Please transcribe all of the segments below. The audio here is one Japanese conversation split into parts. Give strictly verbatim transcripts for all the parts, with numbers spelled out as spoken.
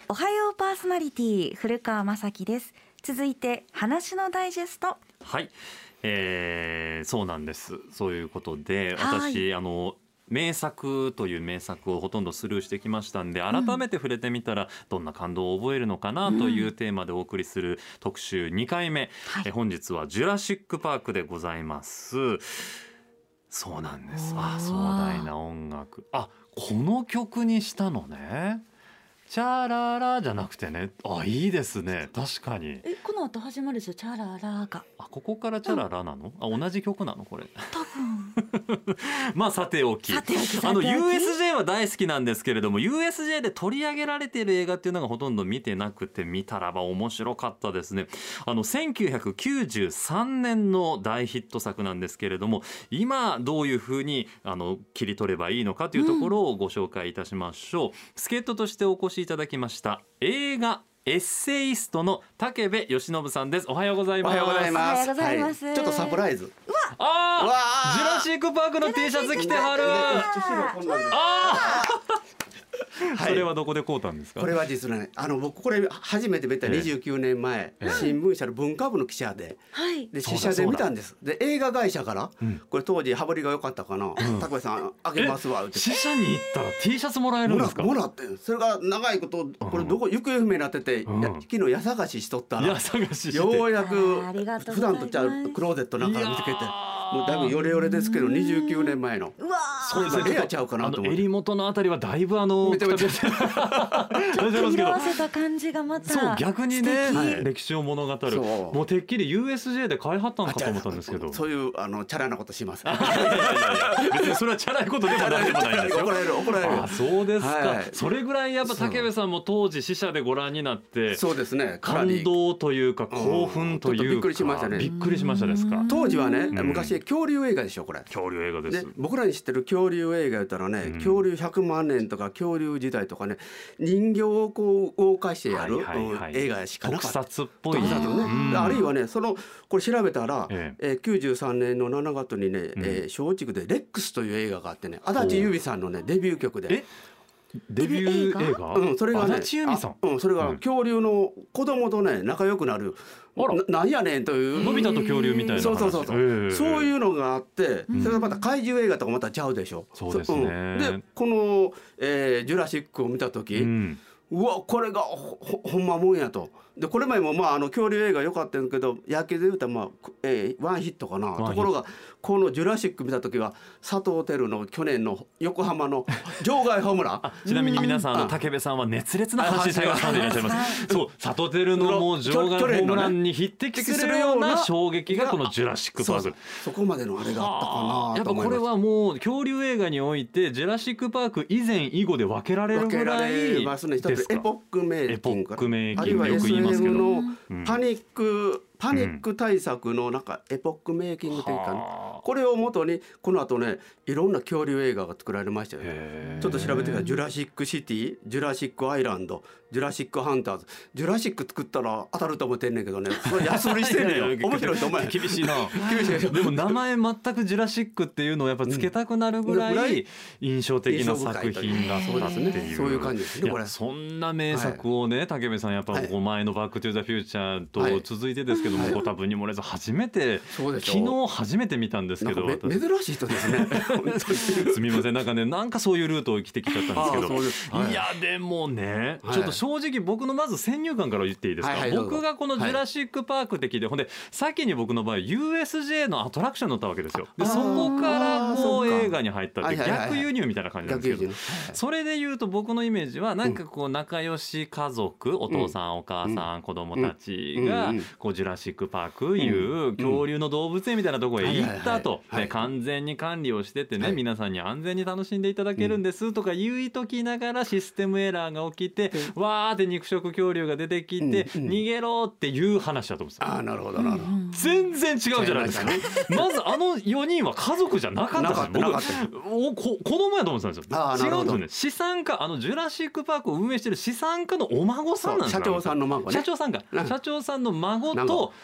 おはようパーソナリティ古川雅樹です。続いて話のダイジェスト。 はい、えー、そうなんです。そういうことで、 はい私あの名作という名作をほとんどスルーしてきましたんで、改めて触れてみたらどんな感動を覚えるのかなというテーマでお送りする特集にかいめ、 はいえ本日はジュラシックパークでございます。そうなんです。あ、壮大な音楽、あ、この曲にしたのね。チャララじゃなくてね、あ、いいですね。確かに。 え、この後始まるですよ、チャララが。 あ、ここからチャララなの、あ、同じ曲なのこれ。 多分まあさておき、 さておきさておきあの ユーエスジェー は大好きなんですけれども、 ユーエスジェー で取り上げられている映画っていうのがほとんど見てなくて、見たらば面白かったですね。あのせんきゅうひゃくきゅうじゅうさんねんの大ヒット作なんですけれども、今どういうふうにあの切り取ればいいのかというところをご紹介いたしましょう、うん、助っ人としてお越しいただきました映画エッセイストの武部義信さんです。おはようございます。 おはようございます。 おはようございます、 はい、ちょっとサプライズ。 あうわー、ジュラシックパークの T シャツ着てはる。あーそれはどこで買うたんですか。 これは実はね、あの僕これ初めて見たにじゅうきゅうねんまえ、 ええ新聞社の文化部の記者で、 はいで試写で見たんです。で映画会社から、 うん、 これ当時羽振りが良かったかな、 ん高橋さんあげますわって。 試写に行ったら T シャツもらえるんもらですか。 もらって、それが長いことこれどこ行方不明になってて、 うんや昨日家探ししとったら、 いや探ししてようやくあーありがとうご普ざいます段とちゃうクローゼットなんか見つけて、 いやーもうだいぶヨレヨレですけどにじゅうきゅうねんまえの。 うわそれがレアちゃうかなあと思って。 の襟元のあたりはだいぶあのめちゃめちゃーちょっと色あせた感じがまたそう逆にね、 素敵はい歴史を物語る。 そうもうてっきり ユーエスジェー で買いはったのかと思ったんですけど。 そういうあのチャラなことします。 いやいやいやいや別にそれはチャラいことでもなんでもないんですよ。 怒られる怒られる。 あ、そうですか、 はいそれぐらいやっぱ武部さんも当時試写でご覧になってそうですね。かなり感動というか興奮というか、 ちょっとびっくりしましたねびっくりしましたですか。 当時はね、 ん昔恐竜映画でしょこれ。 恐竜映画です。 ね、僕らに知ってる恐竜映画やったらね、 うん恐竜ひゃくまんねんとか恐竜時代とかね、人形をこう動かしてやる、 はいはいはいうん映画しかなかった。 特撮っぽい。 特撮のね、 うんあるいはね、そのこれ調べたら、 ええーきゅうじゅうさんねんのしちがつにね、 んえー松竹でレックスという映画があってね、足立由美さんのねデビュー曲で。 えデビュー映画、 うん、それがね、 足立由美さん、 あうん、それがうん恐竜の子供とね仲良くなる、 あらななんやねんという、 のび太と恐竜みたいな話。 そうそうそうそう、 ええそういうのがあって、 うんそれがまた怪獣映画とかまたちゃうでしょ。 そうですねんでこの、えージュラシックを見た時、 うんうわこれがほほほんまもんやと。でこれまでもまああの恐竜映画良かったんですけど、野球で言うとまあ、えーワンヒットかな。 ンヒットところがこのジュラシック見た時は佐藤輝の去年の横浜の場外ホームランあちなみに皆さん、あの武部さんは熱烈な阪神タイガースファンでいらっしゃいます。そう佐藤輝のもう場外ホームランに匹敵するような衝撃がこのジュラシックパーク。 そうそうそこまでのあれがあったかなと思います。 やっぱこれはもう恐竜映画においてジュラシックパーク以前以後で分けられるぐらい分けられますね。一ですか。 つエポックメイキング、 エポックメイキングあるいはよく言いますけどエスエム のうんパニック、パニック対策のなんかエポックメイキングというかね、 はあこれをもとにこの後ねいろんな恐竜映画が作られましたよ。 へーちょっと調べてください。ジュラシックシティ、ジュラシックアイランド、ジュラシックハンターズ。ジュラシック作ったら当たると思ってんねんけどね、それ安売りしてんねんよ。面白いと思う。 厳しいな。 厳しいでしょ。 でも名前全くジュラシックっていうのをやっぱつけたくなるぐらい印象的な作品だったっていう。 そういう感じですねこれ。 いやそんな名作をね、武部さんやっぱはいここ前のバックトゥザフューチャーと続いてですけども、 はいご多分に漏れず初めてそうでしょ昨日初めて見たんですけど、 なんかめ私珍しい人ですね。本当にすみませんなんかねなんかそういうルートを生きてきちゃったんですけど、 あそうですはいいやでもね、 はいちょっと正直僕のまず先入観から言っていいですか、 はいはいどうぞ僕がこの「ジュラシック・パーク」的で、ほんで先に僕の場合 ユーエスジェー のアトラクション乗ったわけですよ。であーそこからこそううか映画に入ったっていうはいはいはいはい逆輸入みたいな感じなんですけど、 逆輸入それで言うと僕のイメージはなんかこう仲良し家族、お父さんお母さん子供たちがこうジュラシック・パークいう恐竜の動物園みたいなところへ行ったと、 はいはいはいはいで完全に管理をしててね、 はい皆さんに安全に楽しんでいただけるんですとか言いときながらシステムエラーが起きて、わーって肉食恐竜が出てきて、 うんうん逃げろっていう話だと思うんですよ。 ああなるほどなるほど。 全然違うじゃないですか。まずあのよにんは家族じゃなかったんですよ。 なかったなか僕おこ子供やと思ってたんですよ。 あーなるほど違うんですよね。資産家、あのジュラシックパークを運営してる資産家のお孫さんなんですよ。 社長さんの孫ね。 社長さんがうん社長さんの孫と孫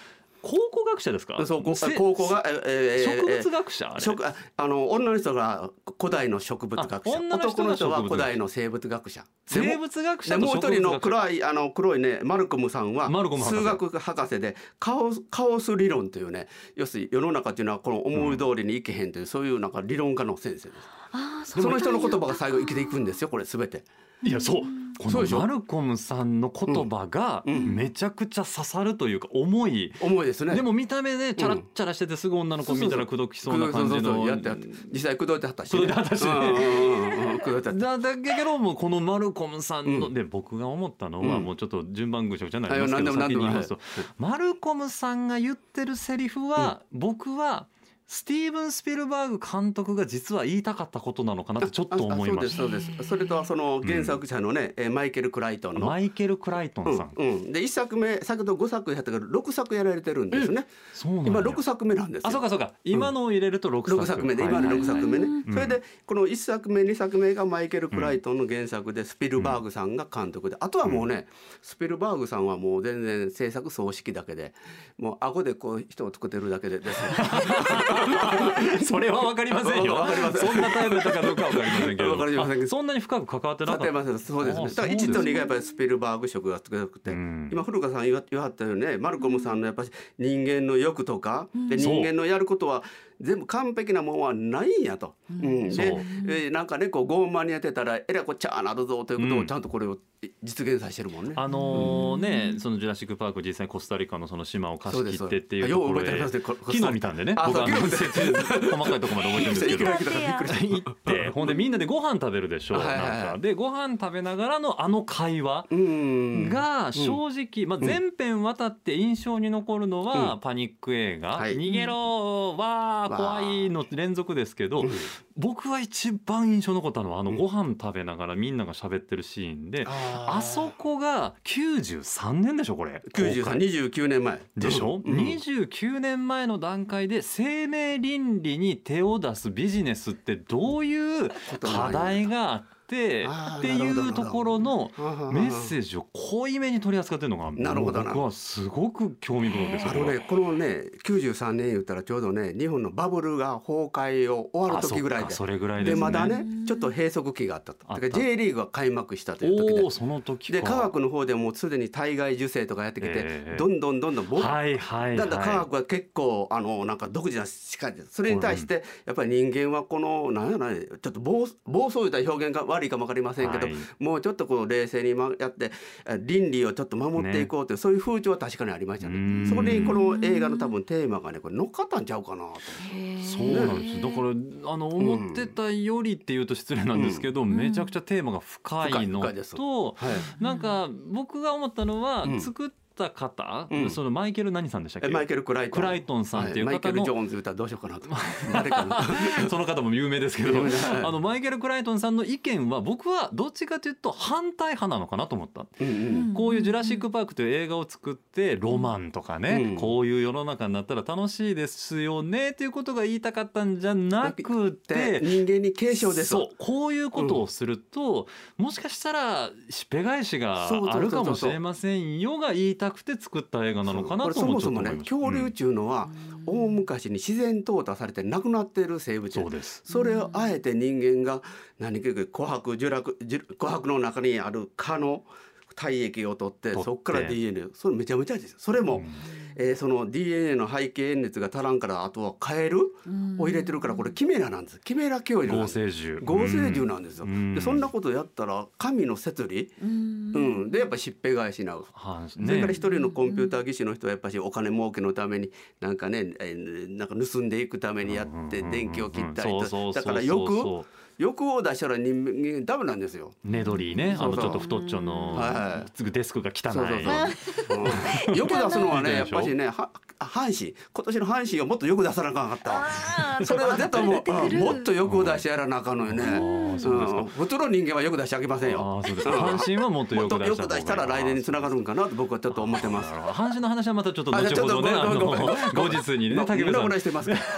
考古学者ですか？ そうこせ考古が、えー、 植物学者、あれ植ああの女の人が古代の植物学者、 女の人が男の人は植物学者古代の生物学者。 生物学者でもう一人のと植物学者。 黒いあの黒いねマルコムさんはマルコム博士数学博士でカオスカオス理論というね、要するに世の中というのはこの思い通りにいけへんという、そういうなんか理論家の先生です。 あーその人の言葉がが最後生きていくんですよ、これすべて。 いやそうこそうでしょのマルコムさんの言葉がうんうんめちゃくちゃ刺さるというか重い、 重いですね。 でも見た目ねチャラッチャラしててすぐ女の子見たら口説きそうな感じそうそうそうのやってやって実際口説いてはったし、ね、 口説いてはったしねうんうんうんうん口説いてはった。 だだけどもこのマルコムさんの、 うんで僕が思ったのは、 うんもうちょっと順番ぐちゃぐちゃになりますけど、 はい何でも先に言いますと、 何でマルコムさんが言ってるセリフは、僕はスティーブン・スピルバーグ監督が実は言いたかったことなのかなってちょっと思いました。 そうですそうです。それとその原作者のね、えーマイケル・クライトンのマイケル・クライトンさん、 うんうん、でいっさくめ先ほどごさくやったけどろくさくやられてるんですね。 そうなんや今ろくさくめなんですよ。 あそうかそうか今のを入れるとろくさく、 ろくさくめで今のろくさくめね、それでこのいっさくめにさくめがマイケル・クライトンの原作でスピルバーグさんが監督で、あとはもうねスピルバーグさんはもう全然制作総指揮だけでもう顎でこう人を作ってるだけでですそれは分かりませんよ。 わかりませんそんなタイプだったかどうかは分かりませんけどわかりませんけどあそんなに深く関わってなかった。 立てません。そうですね。 あだからいちとにがやっぱりスピルバーグ色が強くて、 うん今古川さん言わ言わはったようにね、マルコムさんのやっぱり人間の欲とか、でそう人間のやることは全部完璧なものはないんやと。うんそうで、えーなんかねこう傲慢にやってたらえらいこっちゃあなるぞということをちゃんとこれを実現させてるもんね。 あのーねそのジュラシックパーク実際コスタリカのその島を貸し切ってっていうところへそうですそうですよう覚えてますねこ昨日見たんでねあ僕はそう昨日説細かいところまで覚えてるんですけどいきなり来たからびっくりした。 行ってほんでみんなでご飯食べるでしょう、 はいはいはいなんかでご飯食べながらのあの会話うんが正直、まあ、全編渡って印象に残るのは、 うんパニック映画、 はい逃げろわー怖いの連続ですけど、 うん僕は一番印象に残ったのはあのご飯食べながらみんなが喋ってるシーンで、あそこがきゅうじゅうさんねんでしょこれきゅうじゅうさん、にじゅうきゅうねんまえでしょ、 うんにじゅうきゅうねんまえの段階で生命倫理に手を出すビジネスってどういう課題があってあーっていうところのメッセージ。 ジを濃いめに取り扱ってるのがなるほどな僕はすごく興味深いですあのね、このねきゅうじゅうさんねん言ったらちょうどね日本のバブルが崩壊を終わる時ぐらいで、 あそっかそれぐらいですねでまだねちょっと閉塞期があったと。 あっただから J リーグが開幕したという時でおおその時かで科学の方でもうすでに体外受精とかやってきて、 ええどんどんどんどんぼはいはいはいだんだん科学は結構あのなんか独自な視界でそれに対してやっぱり人間はこのなんやろねちょっと暴暴走という表現が悪いかもわかりませんけど、 はいもうちょっとこう冷静にまやってえ倫理をちょっと守っていこうという、そういう風潮は確かにありましたうーんね。そこにこの映画の多分テーマがねこれ乗っかったんちゃうかなと。 そうなんですよだからあの思ってたよりっていうと失礼なんですけど、めちゃくちゃテーマが深いの深い深いですと、 はいなんか僕が思ったのは、 うん作った方、 うんそのマイケル何さんでしたっけえマイケル・クライトンクライトンさんっていうはいマイケル・方の、 ジョーンズ言ったらどうしようかなと誰かなその方も有名ですけど有名だはいあのマイケル・クライトンさんの意見は僕はどっちかというと反対派なのかなと思った。 うんうんこういう「ジュラシック・パーク」という映画を作ってロマンとかね、 うんこういう世の中になったら楽しいですよねっていうことが言いたかったんじゃなくて、 で人間に継承ですそうこういうことをすると、もしかしたらしっぺ返しがあるかもしれませんよが言いたくて作った映画なのかなとこれそもそもねもちょっと思いました。 恐竜っていうのは大昔に自然淘汰されて亡くなっている生物そうですそれをあえて人間が何か琥珀呪落呪琥珀の中にある蚊の体液を取って取ってそこから ディーエヌエー それめちゃめちゃですよそれも、 うんえーその ディーエヌエー の背景演熱が足らんからあとはカエルを入れてるからこれキメラなんですキメラ恐竜なん合です成獣合成獣なんですよ、 うんでそんなことやったら神の摂理、うん、でやっぱりしっぺ返しなうはあそれからね一人のコンピューター技師の人はやっぱりお金儲けのためになんかね、えーなんか盗んでいくためにやって電気を切ったりそうそうそうそうとだから欲欲を出したら人間ダメなんですよ。 ネドリーね、あのそうそうちょっと太っちょのはデスクが汚い。 そうそうそう、うん、欲出すのはねやっぱりねは阪神今年の阪神をもっと欲出さなあかんかったわそれは絶対もううんもっと欲を出してやらなあかんのよね、 あーそうですかん、普通の人間は欲出してあげませんよ。 ああそうですか。阪神はもっともっとよく出した欲出したら来年につながるんかなと僕はちょっと思ってます。 阪神の話はまたちょっと後ほどね、 ああのちょっとごめんごめんごめん後日にね、 今武部さんムラムラしてますか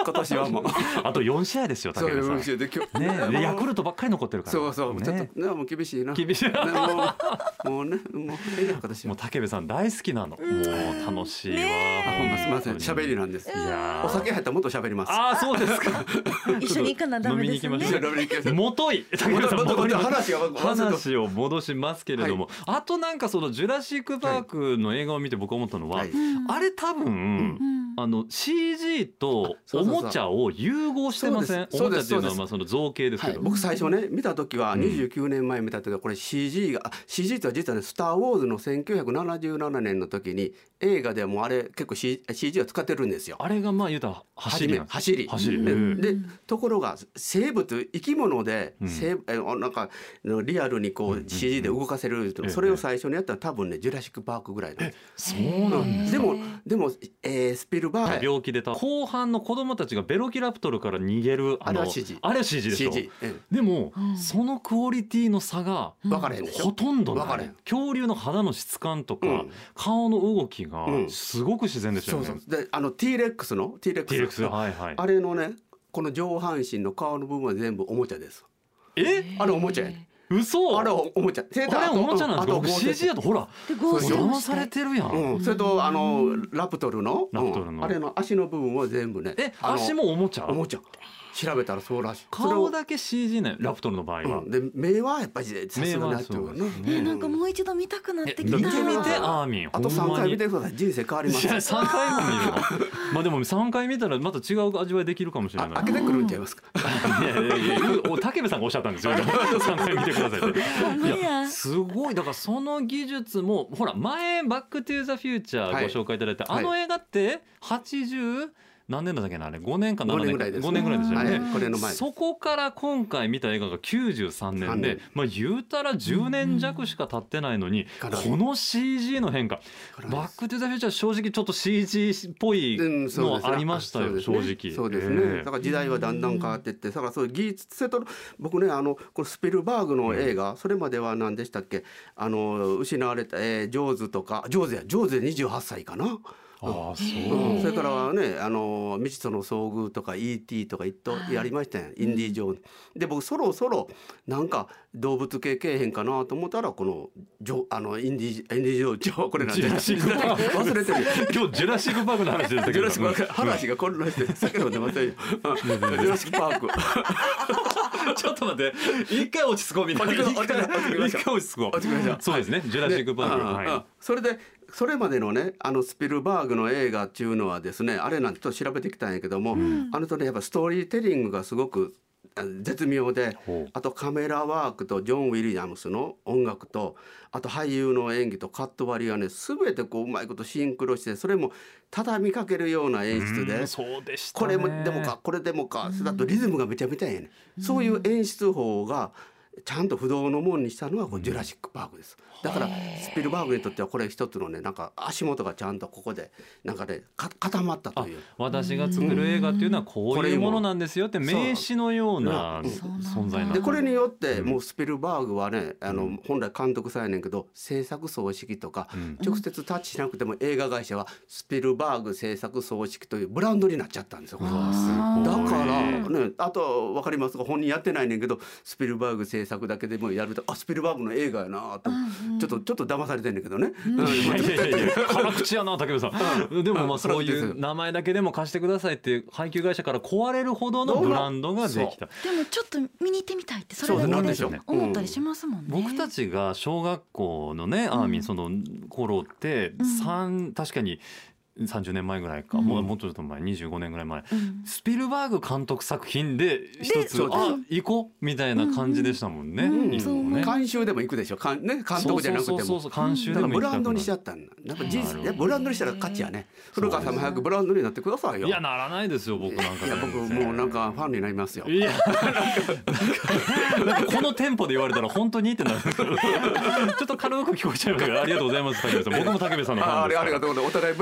今年はもうあとよん試合ですよそう武部さんよん試合で今日ねでヤクルトばっかり残ってるからそうそう、 ね、 ちょっとねもう厳しいな厳しいねもうもうねもうええな今年はもう武部さん大好きなのもう楽しいわ、 あほんますみません喋りなんですいやーお酒入ったらもっと喋りますああそうですか一緒に行かなダメです飲みに行きましょねう喋り行きましょうもとい武部さんまたまた戻ります話が忘れた話を戻しますけれども、あとなんかそのジュラシック・パークの映画を見て僕思ったのは、 はいあれ多分、 うんあの シージー とおそうそうそうもちゃを融合してません。 そうおもちゃっていうのはですそうですまあその造形ですけど、 はい、僕最初ね見た時はにじゅうきゅうねんまえ見た時はこれ シージー があ シージー とは実はね「スター・ウォーズ」のせんきゅうひゃくななじゅうななねんの時に映画でもあれ結構 シージー を使ってるんですよ。 あれがまあ言うたら走りなんです。 走り走りでうんでところが生物生き物で、 うん生えなんかリアルにこう シージー で動かせる、 ええそれを最初にやったら多分ねジュラシック・パークぐらいで、 そうなんですでもでも、えースピルバーグ、 病気でた後半の子供たちがベロキラプトルから逃げるあれは シージーあれは シージー でしょ。 シージー、えでも、 うんそのクオリティの差がえ分からへんでしょほとんどない分からへん。 恐竜の肌の質感とか、 うん顔の動きがうんすごく自然でしたよね。 そうそうであの T レックスの T レックス T レックスはいはい。 あれのねこの上半身の顔の部分は全部おもちゃです。 えあれおもちゃや嘘。 あれおもちゃセーターあれおもちゃなんですか。 あと僕 シージー だとほらで合成騙もしてされてるやん。 うん、それとあのラプトルの、 ラプトルのうんあれの足の部分は全部ねえあの足もおもちゃ。 おもちゃ調べたらそうらしい。 顔だけ シージー ねラプトルの場合は。 うん、で目はやっぱりさすがになってるからね。 えなんかもう一度見たくなってきた。 見てみてアーミン。 あとさんかい見てください。人生変わります。 いやさんかいも見るの。まあでもさんかい見たらまた違う味わいできるかもしれない。 あ開けてくるんちゃいますか。 いやいやいやお武部さんがおっしゃったんですよ。さんかい見てくださいって。 ほんまいややすごいだからその技術もほら前バックトゥーザフューチャーご紹介いただいて、 はいあの映画ってはちじゅう何年だったっけなあれごねんかななねんかごねんぐらいですごねんぐらいですよね、 はいこれの前ですそこから今回見た映画がきゅうじゅうさんねんで、 うんまあ言うたらじゅうねん弱しか経ってないのに、 かなりこの シージー の変化バックトゥーザフューチャー正直ちょっと シージー っぽいうんそうですねのありましたよ、 そうですね正直そうですね、 ええだから時代はだんだん変わっていってだからそういう技術性と僕ねあのこのスピルバーグの映画、それまでは何でしたっけあの失われた、えー、ジョーズとかジョーズやジョーズでにじゅうはっさいかな。 ああそう、 うん、それからはねあの未知との遭遇とか イーティー とか一等やりましたよ、インディ・ジョーンズで僕そろそろなんか動物系けえへんかなと思ったらこのジョあのインディ・インディ・ジョーンこれなんてジュラシックパーク忘れてる今日ジュラシックパークの話でしたけどジュラシックパーク話が混乱して酒飲んでませんよジュラシックパークちょっと待って一回落ち着こうみたいな落ち着こう一回落ち着こう一回落ち着こ落ち着きましょううそうですねジュラシックパーク、 ではいああそれでそれまでのねあのスピルバーグの映画っていうのはですねあれなんてちょっと調べてきたんやけども、あのとねやっぱストーリーテリングがすごくあ絶妙でほうあとカメラワークとジョン・ウィリアムスの音楽とあと俳優の演技とカット割りがね全てこううまいことシンクロしてそれも畳みかけるような演出でうんそうでしたねこれもでもかこれでもかそれだとリズムがめちゃめちゃええねそういう演出法がちゃんと不動のもんにしたのはこうジュラシック・パークです。だからスピルバーグにとってはこれ一つのねなんか足元がちゃんとここでなんかねか固まったという。 私が作る映画っていうのはこういうものなんですよって名詞のようなそう存在なんでこれによってうんもうスピルバーグはねあの本来監督さんやねんけど制作総指揮とかうん直接タッチしなくても映画会社はスピルバーグ制作総指揮というブランドになっちゃったんですよ。 あーだからすごいねあと分かりますか本人やってないねんけどスピルバーグ制作だけでもやるとあスピルバーグの映画やなとちょっとちょっと騙されてんねんけどね。うんいやいやいやいや辛口やな武部さんでもまあそうい辛口ですう名前だけでも貸してくださいって配給会社から壊れるほどのブランドができた。 でもちょっと見に行ってみたいってそれだけでそうなんでしょ思ったりしますもんね。 僕たちが小学校のねアーミンその頃って三確かにさんじゅうねんまえぐらいか、 うんもうもうちょっと前にじゅうごねんぐらい前うんスピルバーグ監督作品で一つそうですあ行こうみたいな感じでしたもんね。 うんいつもね監修でも行くでしょかんね監督じゃなくても。 そうそうそうそう監修だからブでも行きたくなるランドにしちゃったんだ。やっぱ人生なるほどやっぱブランドにしたら勝ちやね。古川さんも早くブランドになってくださいよ。 いやならないですよ僕なんかいや僕もうなんかファンになりますよ。 いやなんかこのテンポで言われたら本当にってなるちょっと軽く聞こえちゃいますけどありがとうございます武部さん僕も武部さんのファンですからああれありがとうございます。お互いブランドになりま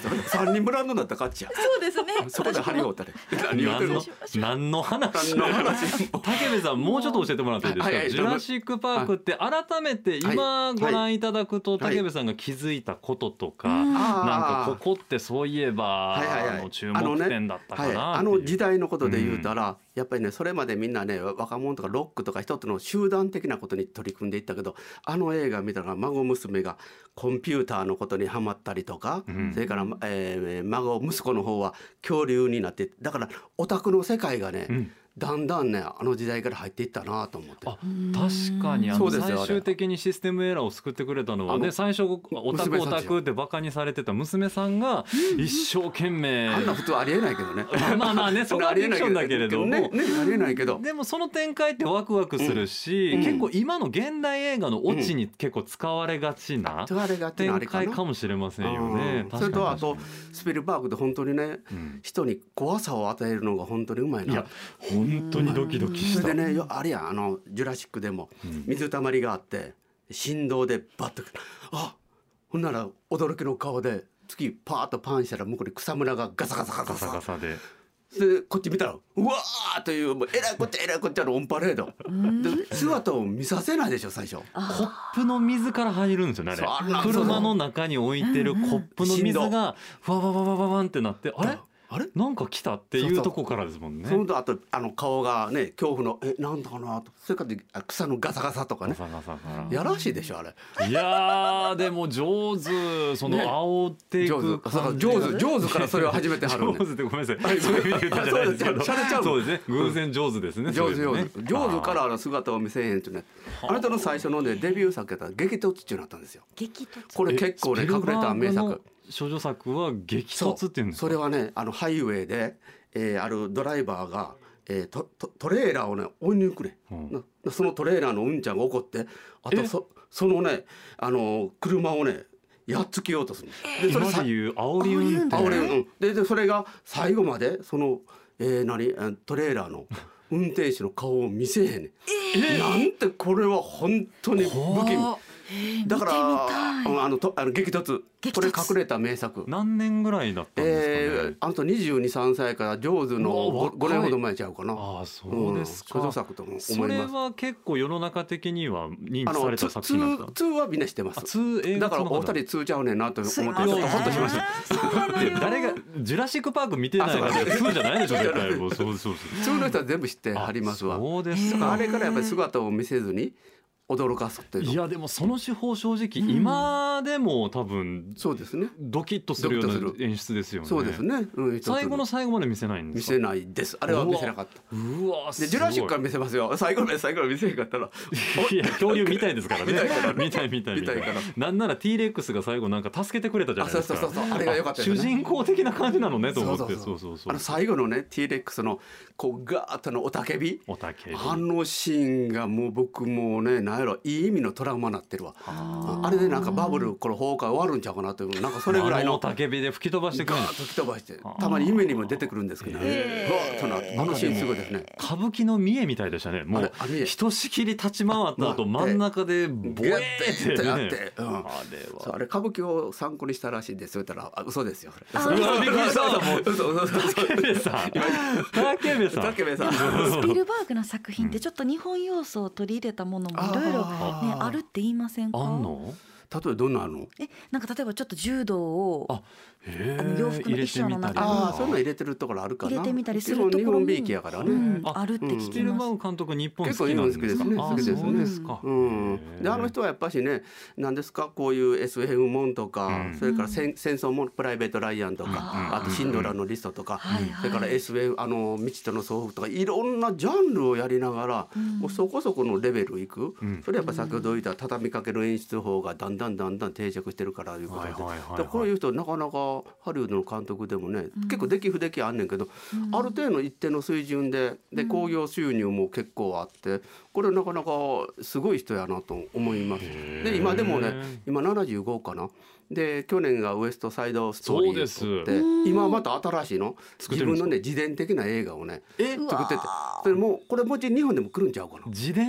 さんにんブランドだったら勝ちや。 そうですね。 そこで張り合うたで何言ってるの何の話何の話武部さんもうちょっと教えてもらっていいですか、 はいはいジュラシックパークって改めて今ご覧いただくとはい武部さんが気づいたこととか、 うんなんあーかここってそういえばはいはいはいあの注目点だったかはい、 なあっていうの時代のことで言うたら、やっぱりねそれまでみんなね若者とかロックとか一つの集団的なことに取り組んでいったけど、あの映画見たら孫娘がコンピューターのことにハマったりとか、 うんそれから、えー孫息子の方は恐竜になって、だからオタクの世界がね、 うんだんだんねあの時代から入っていったなと思って。 あ確かにあのそうですよ最終的にシステムエラーを救ってくれたのはね、 あの最初オタクオタ娘さんでしょクってバカにされてた娘さんが一生懸命あんな普通ありえないけどねまあまあねそれはフィクションだけれどもねねありえないけどでもその展開ってワクワクするし、 うん結構今の現代映画のオチに結構使われがちな使われがちなあ展れかな。 開かもしれませんよね。 うんそれとあと確かにスピルバーグって本当にね、 うん人に怖さを与えるのが本当にうまいな。 いや本当にドキドキした。 それでねよあれやあのジュラシックでもうん水たまりがあって振動でバッとあほんなら驚きの顔で次パーッとパンしたら向こうに草むらがガサガサガガササガサガサででこっち見たらうわーというもうえらいこっちゃえらいこっちゃのオンパレードで姿を見させないでしょ最初。 コップの水から入るんですよねあそうあんなれ。車の中に置いてるコップの水がふわわわわわわんってなってあれあれなんか来たっていうとこからですもんね。 そのとあとあの顔がね恐怖のえなんだかなと、それからあ草のガサガサとかねガサガサからやらしいでしょあれ。 いやーでも上手そのね煽ってい上く手そう感じ上手上手からそれを始めてはるんで上手ってごめんなさいそういう意味で言ったじゃないですけどあそうですしゃれちゃうのそうですね偶然上手ですね上手上そうですね手上手からあの姿を見せへんってね、あなたの最初のねデビュー作やったら激突っていうのあったんですよ。 激突。 これ結構ねえ隠れた名スピルバーグの作。 少女作は激突っていうんですか。 それはねあのハイウェイで、えーあるドライバーが、えー、ト, ト, トレーラーをね追い抜くね、 うんなそのトレーラーのうんちゃんが怒ってあとえそそのねあの車をねやっつけようとするのでそれさ今でいう煽り運転あ俺うんででそれが最後までその、えー、何えートレーラーの運転手の顔を見せへんねん、なんてこれは本当に不気味だから見てみたいうんあのとあの激突激突これ隠れた名作。 何年ぐらいだったんですかね、 えー、あのとにじゅうに、さんさいからジョーズのうわ若いごねんほど前ちゃうかな。 ああそうですか、 うん、少女作ともそ思います。 れは結構世の中的には認あの知された作品なんですか。 ツーはみんな知ってます。 あツー映画だからお二人ツーちゃうねんなと思ってちょっとホッとしました。 で誰がジュラシックパーク見てないからあそうツーじゃないでしょ絶対もうそうそうツーの人は全部知ってはりますわ。 そうですかだからあれからやっぱり姿を見せずに驚かすっていうの。 いやでもその手法正直今でも多分そうですね。 ドキッとするようなドキッとする演出ですよね。 そうですね。うん、一つ最後の最後まで見せないんですか。 見せないです。あれは見せなかった。 うわでジュラシックは見せますよ。最後まで最後まで見せへんかったら。 いや恐竜見たいですからね。 見たいから見たい見たい見たい見たいからなんなら T レックスが最後なんか助けてくれたじゃあないですか。 そうそうそうそうあれが良かったですね主人公的な感じなのねと思って。 そうそうそうそうそうそうあの最後のね T レックスのこうガーッとの雄たけび。 おたけび。 あのシーンがもう僕もうねなんやろいい意味のトラウマになってるわ。ああれでなんかバブルこれ崩壊終わるんちゃうかなというなんかそれぐらいのあのおたけびで吹き飛ばしてくるんです。 ガーッと吹き飛ばしてたまに夢にも出てくるんですけどね。 へーふわっとなあのシーンすごいですね。 歌舞伎の見栄みたいでしたね。もうあれあれひとしきり立ち回った後あ真ん中でボエーってってやっね。 てうんあれは。 そうあれ歌舞伎を参考にしたらしいんですよ言ったらあ嘘ですよ。 うわびっくりしたもう嘘嘘嘘嘘竹部さん竹部さん竹部さんスピルバーグの作品ってちょっと日本要素を取り入れたものもいろいろねあーあるって言いませんか。 あんの？ 例えばどんなのあるの？ えなんか例えばちょっと柔道をあへあの洋服の衣装の中にああそういうの入れてるところあるかな。 入れてみたりする基本ところも日本びいきやからね。 うんああるって聞スピルきます。 バーグ監督日本好きなんですか？ 結構日本好きですねあ好きですねそうですか。 うん、 へーであの人はやっぱしね何ですかこういう エスエフ もんとか、 うんそれから戦戦争もんプライベート・ライアンとか、 うんあとシンドラーのリストとか、 はいはいそれから エスエフ あの未知との相互とかいろんなジャンルをやりながら、 うんもうそこそこのレベルいく、 うんそれやっぱ先ほど言った畳みかける演出法がだんだんだんだん定着してるからいうことで、 はいはいはいはいでこういう人なかなかハリウッドの監督でもね、結構出来不出来あんねんけど、 うんある程度一定の水準でで興行収入も結構あってこれなかなかすごい人やなと思います。 へーで今でもね今ななじゅうごかなで去年がウエストサイドストーリーを撮っそうてです今また新しいの自作ってるんですか分のね自伝的な映画をねえうわ作っててそれもうこれもうち日本でも来るんちゃうかな。 自伝？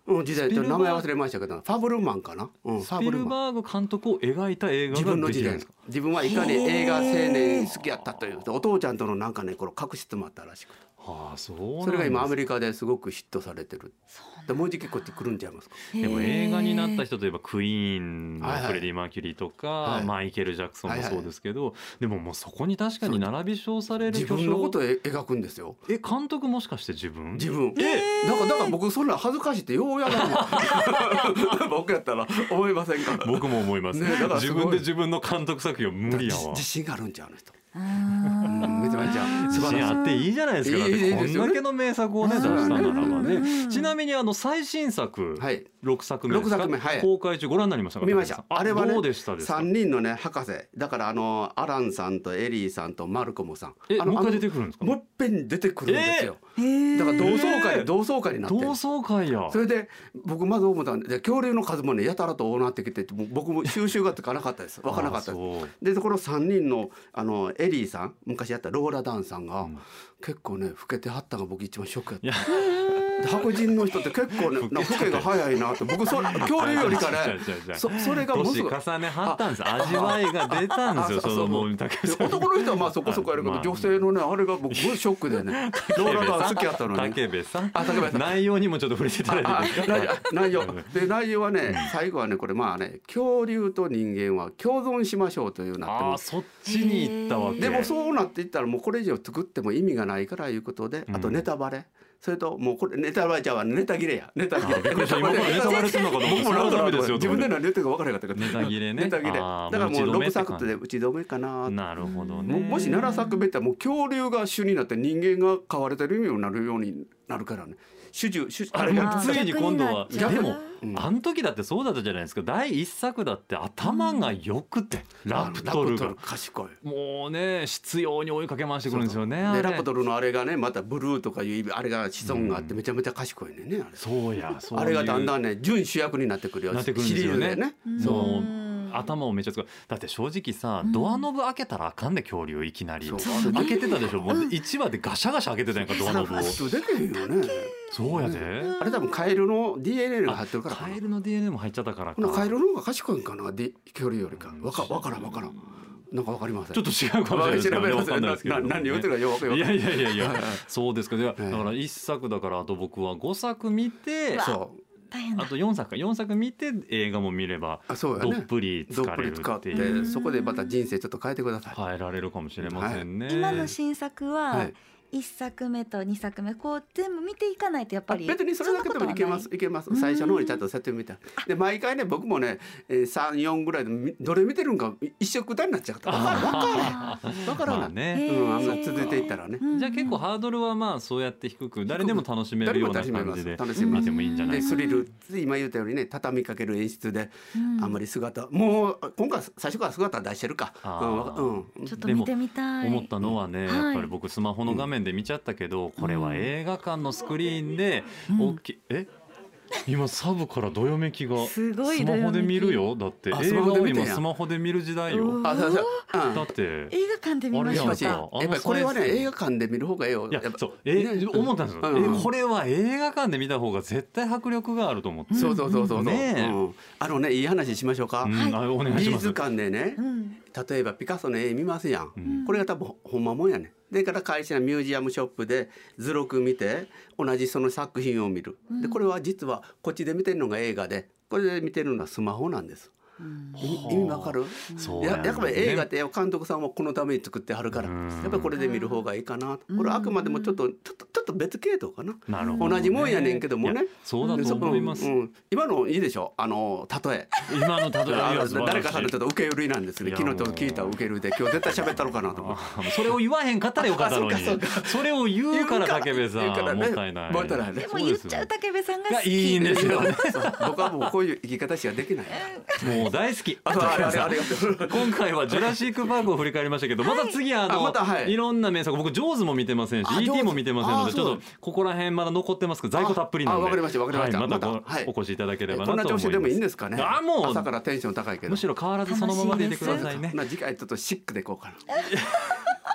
うん、時代と名前忘れましたけど、ファブルマンかな、うん、フスピルァブルマン。 バーグ監督を描いた映画自が分の時代できるんですか。 自分はいかに映画青年好きやったというお父ちゃんとのなんかねこの確執もあったらしくて、 はあ、そうなんです。 それが今アメリカですごくヒットされてる。でもうじきこっち来るんちゃいますか。 でも映画になった人といえばクイーンのはいはいフレディ・マーキュリーとか、 はいマイケル・ジャクソンもそうですけど、でももうそこに確かに並び称される自分のことを描くんですよ。 え監督もしかして自分自分えだからだから僕そんな恥ずかしいってようやらんわ僕やったら思いませんか。 僕も思います、 ねだからす自ごい分で自分の監督作品を無理やわ。 自信があるんちゃうあの人。 あうんめちゃめちゃ自信あっていいじゃないですか。だっていいいいですよねこんだけの名作をね出うんしたならばね、 うんちなみにあの最新作、 はいろくさくめですか。 ろくさくめはい公開中ご覧になりましたか。 見ました。 ああれはねどうでしたですか。 さんにんのね博士だからあのアランさんとエリーさんとマルコムさんあのえもう一回出てあのくるんですか。 もういっぺん出てくるんですよ。 ーだから同窓会、 えー同窓会になってる同窓会や。 それで僕まず思ったんで恐竜の数もねやたらと多なってきてもう僕も収集がつかなかったです分からなかったです。 あそうでこのさんにんのあのエリーさん昔やったローラ・ダンさんが、 うん結構ね老けてはったのが僕一番ショックやった。 いやで白人の人って結構ねなんか老けが早いなって僕そ恐竜よりかね違う違う違うそそれがものす年ごい重ねはったんです。味わいが出たんですよ。 ああそのもうで竹部さん男の人はまあそこそこやるけど、 まあ女性のねあれが僕すごいショックでねローラ・ダン好きやったのに。 竹部さんあ竹部さん内容にもちょっと触れていただいてあいいですか。 内容内容で内容はね最後はねこれまあね恐竜と人間は共存しましょうというなってます。 ああそっちに行ったわけ。 でもそうなっていったらもうこれ以上作っても意味がないからいうことで、あとネタバレ、それともうこれネタバレちゃうわネタ切れやネタ切れ。 びっくりした今からネタバレするのかと思って。 僕もなんそれはダメですよ自分で何言ってるか分からなかったけどネタ切れねネタ切れだあーからもうもう打ち止めろくさくって感じで打ち止めかな。 なるほどね。 ももしななさくめってもう恐竜が主になって人間が飼われてるようになるようになるからね主従主あれがあーついに今度は逆になっちゃうでも、 うんあの時だってそうだったじゃないですか。だいいっさくだって頭がよくて、ラプトルが賢い。 もうね執拗に追いかけ回してくるんですよね。あれでラプトルのあれがねまたブルーとかいうあれが子孫があってめちゃめちゃ賢いねんねあれ。 そうやそういうあれがだんだんね準主役になってくるよなってくるんですよねシリーズでね。 もううん頭をめっちゃ使う。だって正直さ、 うんドアノブ開けたらあかんね恐竜いきなりそう開けてたでしょ。もういちわでガシャガシャ開けてたやんかドアノブを。 そうできへんよね。 そうやで。 あれ多分カエルの ディーエヌエー が入ってるからかな。 カエルの ディーエヌエー も入っちゃったからほなか。 カエルの方が賢いんかなで恐竜よりか。わかわからんわからん。なんかわかりません。 ちょっと違うかもしれないですけどね。わかんないですけどな何言ってるかよくわかんない。 いやいやいやいやはいはいそうですけど、いやええだからいっさくだからあと僕はごさく見てうわそう大変だあとよんさくかよんさく見て映画も見ればあそうやね。 どっぷりどっぷ疲れるり使ってっていうそこでまた人生ちょっと変えてください。 変えられるかもしれませんね。 今の新作ははい一作目と二作目こう全部見ていかないとやっぱり別にそれだけでもいけますいけます。最初の方にちゃんと設定見たで毎回ね僕もねさん、よんぐらいでみどれ見てるんか一色たになっちゃった。わからんわからんわからない。 まあね、 うんあんま続いていったらね。 うんじゃあ結構ハードルはまあそうやって低く誰でも楽しめるような感じで楽しめます見てもいいんじゃないでですか。 スリル今言ったようにね畳みかける演出でうんあんまり姿もう今回最初から姿出してるか。 あうんわーかうんちょっと見てみたい。 思ったのはね、 はいやっぱり僕スマホの画面で見ちゃったけど、これは映画館のスクリーンでうん大きい、え今サブからどよめきがすごいスマホで見るよ。だってあ映画をスマホで見てんや今スマホで見る時代よ。 うんあそうそううんだって映画館で見ましょうあれやか。 やっぱりこれはね映画館で見る方がええよ。 いややっぱそうえ、 ね思ったんですよ、 うんえこれは映画館で見た方が絶対迫力があると思って、 そうそうそうそうそう。 ねえうんあのねいい話しましょうか。 うんはいあお願いします。 美術館でねうん例えばピカソの絵見ますやん。 うんこれが多分ほんまもんやね。でから会社のミュージアムショップで図録見て同じその作品を見る。でこれは実はこっちで見てるのが映画でこれで見てるのはスマホなんです。 うん意味意味わかる？ そうややっぱり映画っねて監督さんはこのために作ってはるからうんやっぱりこれで見る方がいいかなと。これはあくまでもちょっとちょっとちょっと別系統かな。 なるほどね、 同じもんやねんけどもねいやそうだと思います、 うんうん今のいいでしょあの例え今の例えあいや素晴らしい誰かさんのちょっと受け売りなんですね。 いや昨日ちょっと聞いた受け売りで今日絶対喋ったのかなと思って。 あそれを言わへんかったらよかったのにあそうかそうそれを言うから竹部さん言うからねもったいないもったいないねでも言っちゃう竹部さんが好き。 いやいいんですよねそう僕はもうこういう生き方しかできない。 もう大好きああれあれありがとう。 今回はジュラシック・パークを振り返りましたけど、また次あのあまたはいいろんな名作僕ジョーズも見てませんしあイーティージョーズも見てませんのであそうちょっとここら辺まだ残ってますけど在庫たっぷりなんであわかりましたわかりましたはい、またまたはいお越しいただければなとこん思います。 な調子でもいいんですかね。 あもう朝からテンション高いけど。 むしろ変わらずそのままでいてくださいね。 な次回ちょっとシックでいこうかな。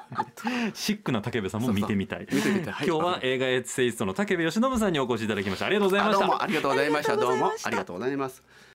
シックな武部さんも見てみたい。 見てみたい、はい、 今日は映画エッセイストの武部義信さんにお越しいただきました。ありがとうございました。 どうもありがとうございました。 ありがとうどうもございましたありがとうございます。